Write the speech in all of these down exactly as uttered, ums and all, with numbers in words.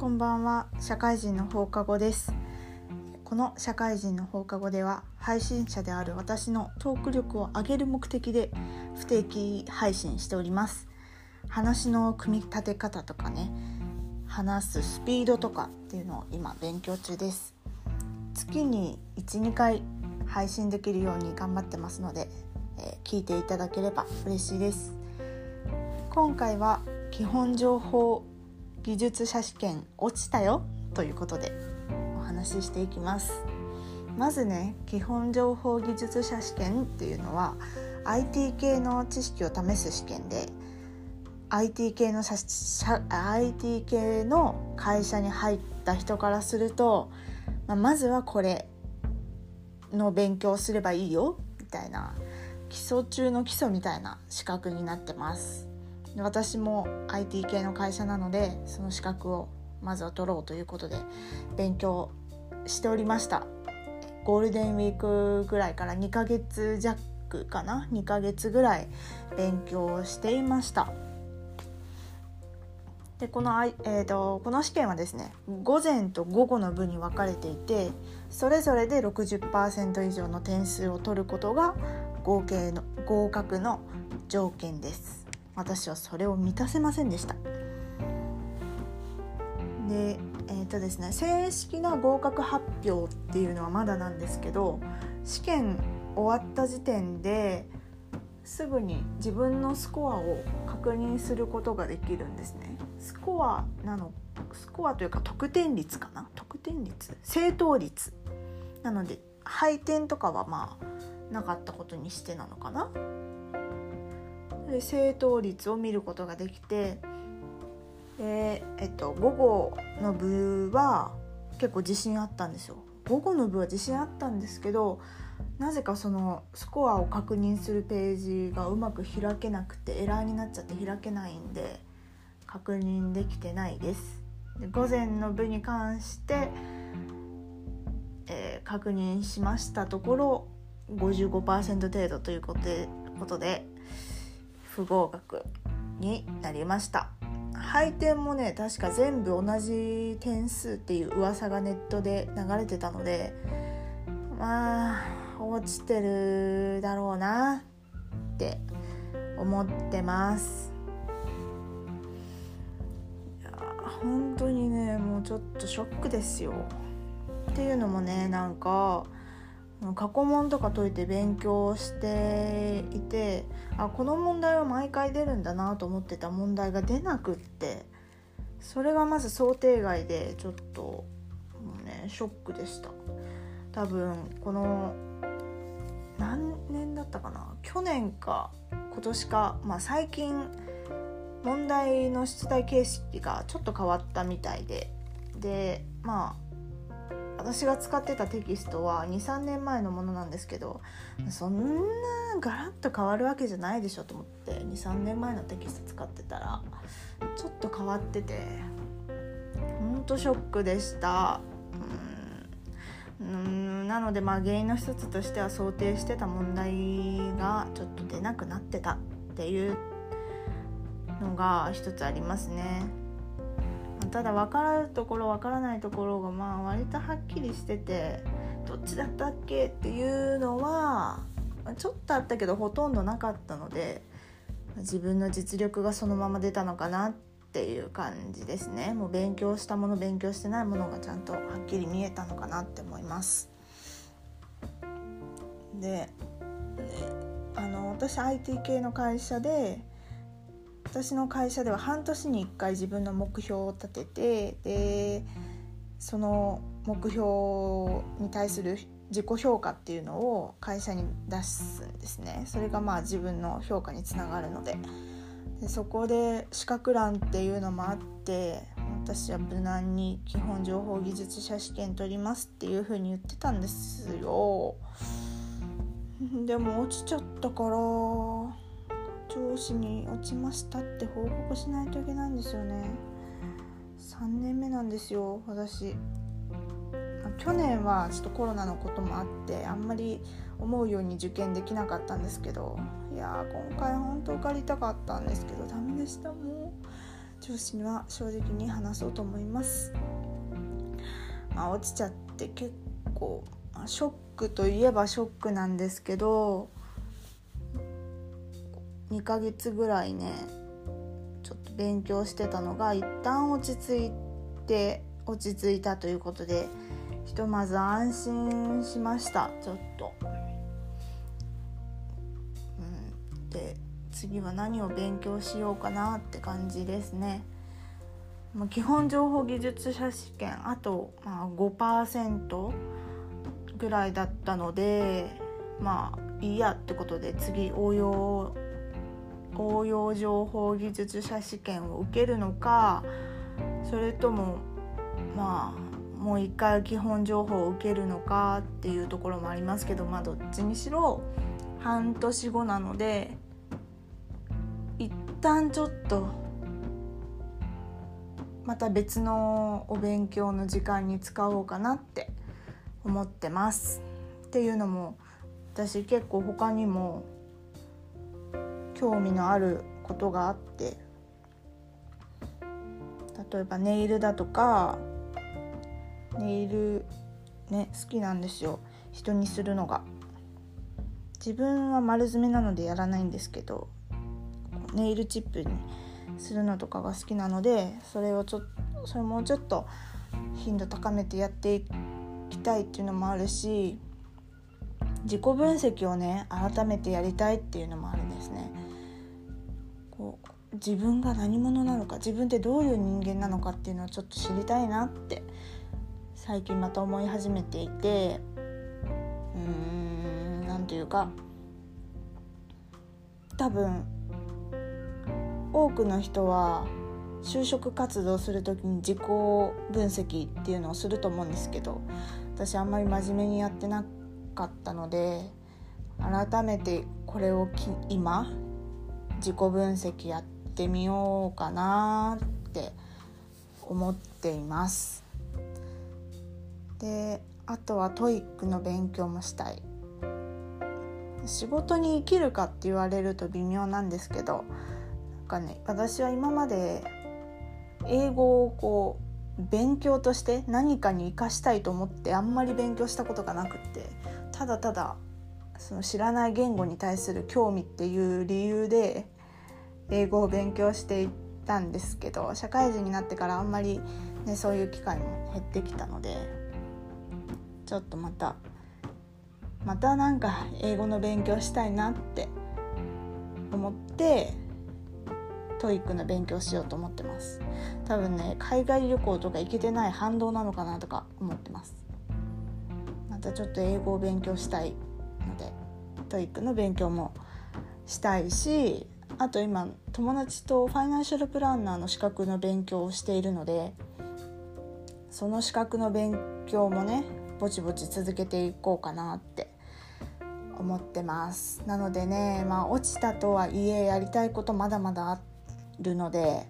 こんばんは。社会人の放課後です。この社会人の放課後では、配信者である私のトーク力を上げる目的で不定期配信しております。話の組み立て方とかね、話すスピードとかっていうのを今勉強中です。月に いち,に 回配信できるように頑張ってますので、えー、聞いていただければ嬉しいです。今回は基本情報技術者試験落ちたよということでお話ししていきます。まずね、基本情報技術者試験っていうのは アイティー 系の知識を試す試験で、 アイティー 系の社社 アイティー 系の会社に入った人からすると、まあ、まずはこれの勉強をすればいいよみたいな、基礎中の基礎みたいな資格になってます。私も アイティー 系の会社なので、その資格をまずは取ろうということで勉強しておりました。ゴールデンウィークぐらいからにかげつ弱かな、にかげつぐらい勉強していました。でこの、えーと、この試験はですね、午前と午後の部に分かれていて、それぞれで ろくじゅっパーセント 以上の点数を取ることが合計の合格の条件です。私はそれを満たせませんでした。で、えーとですね、正式な合格発表っていうのはまだなんですけど、試験終わった時点ですぐに自分のスコアを確認することができるんですね。スコアなのスコアというか得点率かな得点率正答率なので、配点とかはまあなかったことにしてなのかな。で正答率を見ることができて、で、えっと、午後の部は結構自信あったんですよ。午後の部は自信あったんですけど、なぜかそのスコアを確認するページがうまく開けなくて、エラーになっちゃって開けないんで確認できてないです。で午前の部に関して、えー、確認しましたところ ごじゅうごパーセント 程度ということで、ことで不合格になりました。配点もね、確か全部同じ点数っていう噂がネットで流れてたので、まあ落ちてるだろうなって思ってます。いや本当にね、もうちょっとショックですよ。っていうのもね、なんか過去問とか解いて勉強していて、あ、この問題は毎回出るんだなと思ってた問題が出なくって、それがまず想定外で、ちょっともうねショックでした。多分この何年だったかな、去年か今年か、まあ、最近問題の出題形式がちょっと変わったみたいで、でまあ私が使ってたテキストは に,さん 年前のものなんですけど、そんなガラッと変わるわけじゃないでしょと思って に,さん 年前のテキスト使ってたらちょっと変わってて、ほんとショックでした。うーんなので、まあ原因の一つとしては、想定してた問題がちょっと出なくなってたっていうのが一つありますね。ただ分かるところ分からないところがまあ割とはっきりしてて、どっちだったっけっていうのはちょっとあったけどほとんどなかったので、自分の実力がそのまま出たのかなっていう感じですね。もう勉強したもの勉強してないものがちゃんとはっきり見えたのかなって思います。で、ね、あの私 アイティー 系の会社で、私の会社では半年にいっかい自分の目標を立てて、でその目標に対する自己評価っていうのを会社に出すんですね。それがまあ自分の評価につながるので、でそこで資格欄っていうのもあって、私は無難に基本情報技術者試験取りますっていう風に言ってたんですよ。でも落ちちゃったから、上司に落ちましたって報告しないといけないんですよね。さんねんめなんですよ、私。去年はちょっとコロナのこともあってあんまり思うように受験できなかったんですけど、いや今回本当受かりたかったんですけどダメでした。も上司には正直に話そうと思います。まあ、落ちちゃって結構ショックといえばショックなんですけど、にかげつぐらいねちょっと勉強してたのが一旦落ち着いて落ち着いたということで、ひとまず安心しました。ちょっと、うん、で次は何を勉強しようかなって感じですね。まあ、基本情報技術者試験あと、まあ、ごパーセントぐらいだったので、まあいいやってことで次応用応用情報技術者試験を受けるのか、それともまあもう一回基本情報を受けるのかっていうところもありますけど、まあどっちにしろ半年後なので一旦ちょっとまた別のお勉強の時間に使おうかなって思ってます。っていうのも私結構他にも興味のあることがあって、例えばネイルだとかネイルね好きなんですよ、人にするのが。自分は丸爪なのでやらないんですけど、ネイルチップにするのとかが好きなので、それをちょっとそれもうちょっと頻度高めてやっていきたいっていうのもあるし、自己分析をね改めてやりたいっていうのもあるんですね。こう自分が何者なのか、自分ってどういう人間なのかっていうのをちょっと知りたいなって最近また思い始めていて、うーんなんていうか、多分多くの人は就職活動するときに自己分析っていうのをすると思うんですけど、私あんまり真面目にやってなかったので、改めてこれをき今自己分析やってみようかなって思っています。で、あとはトイックの勉強もしたい。仕事に生きるかって言われると微妙なんですけど、なんかね、私は今まで英語をこう勉強として何かに生かしたいと思ってあんまり勉強したことがなくって、ただただその知らない言語に対する興味っていう理由で英語を勉強していったんですけど、社会人になってからあんまり、ね、そういう機会も減ってきたので、ちょっとまたまたなんか英語の勉強したいなって思ってトイックの勉強しようと思ってます。多分ね、海外旅行とか行けてない反動なのかなとか思ってます。またちょっと英語を勉強したいのでトイックの勉強もしたいし、あと今友達とファイナンシャルプランナーの資格の勉強をしているので、その資格の勉強もねぼちぼち続けていこうかなって思ってます。なのでね、まあ落ちたとはいえやりたいことまだまだあるので、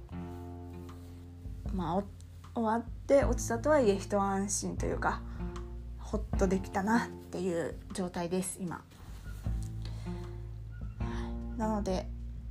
まあ終わって落ちたとはいえ一安心というかほっとできたなっていう状態です今。なので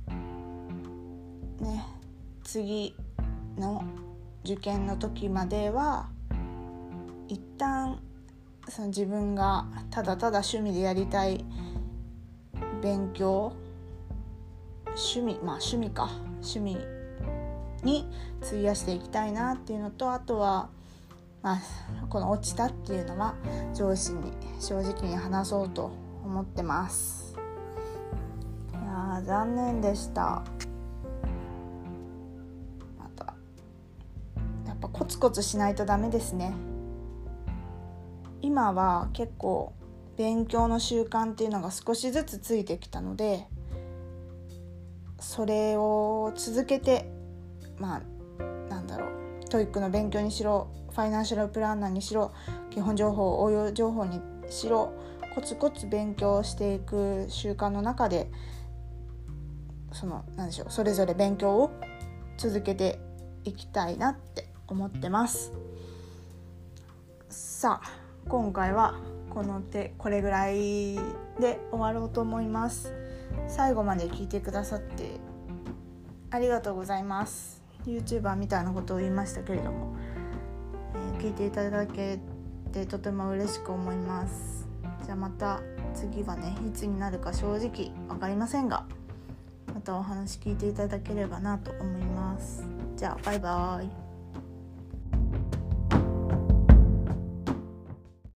ね、次の受験の時までは一旦その自分がただただ趣味でやりたい勉強趣味まあ趣味か趣味に費やしていきたいなっていうのと、あとは、まあ、この落ちたっていうのは上司に正直に話そうと思ってます。いやー残念でした。またやっぱコツコツしないとダメですね。今は結構勉強の習慣っていうのが少しずつついてきたので、それを続けて、まあなんだろう、トイックの勉強にしろ、ファイナンシャルプランナーにしろ、基本情報応用情報にしろ、コツコツ勉強していく習慣の中で、そのなんでしょう、それぞれ勉強を続けていきたいなって思ってます。さあ今回はこの手これぐらいで終わろうと思います。最後まで聞いてくださってありがとうございます。 YouTuber みたいなことを言いましたけれども、えー、聞いていただけてとても嬉しく思います。じゃあまた次はね、いつになるか正直分かりませんが、またお話聞いていただければなと思います。じゃあバイバイ。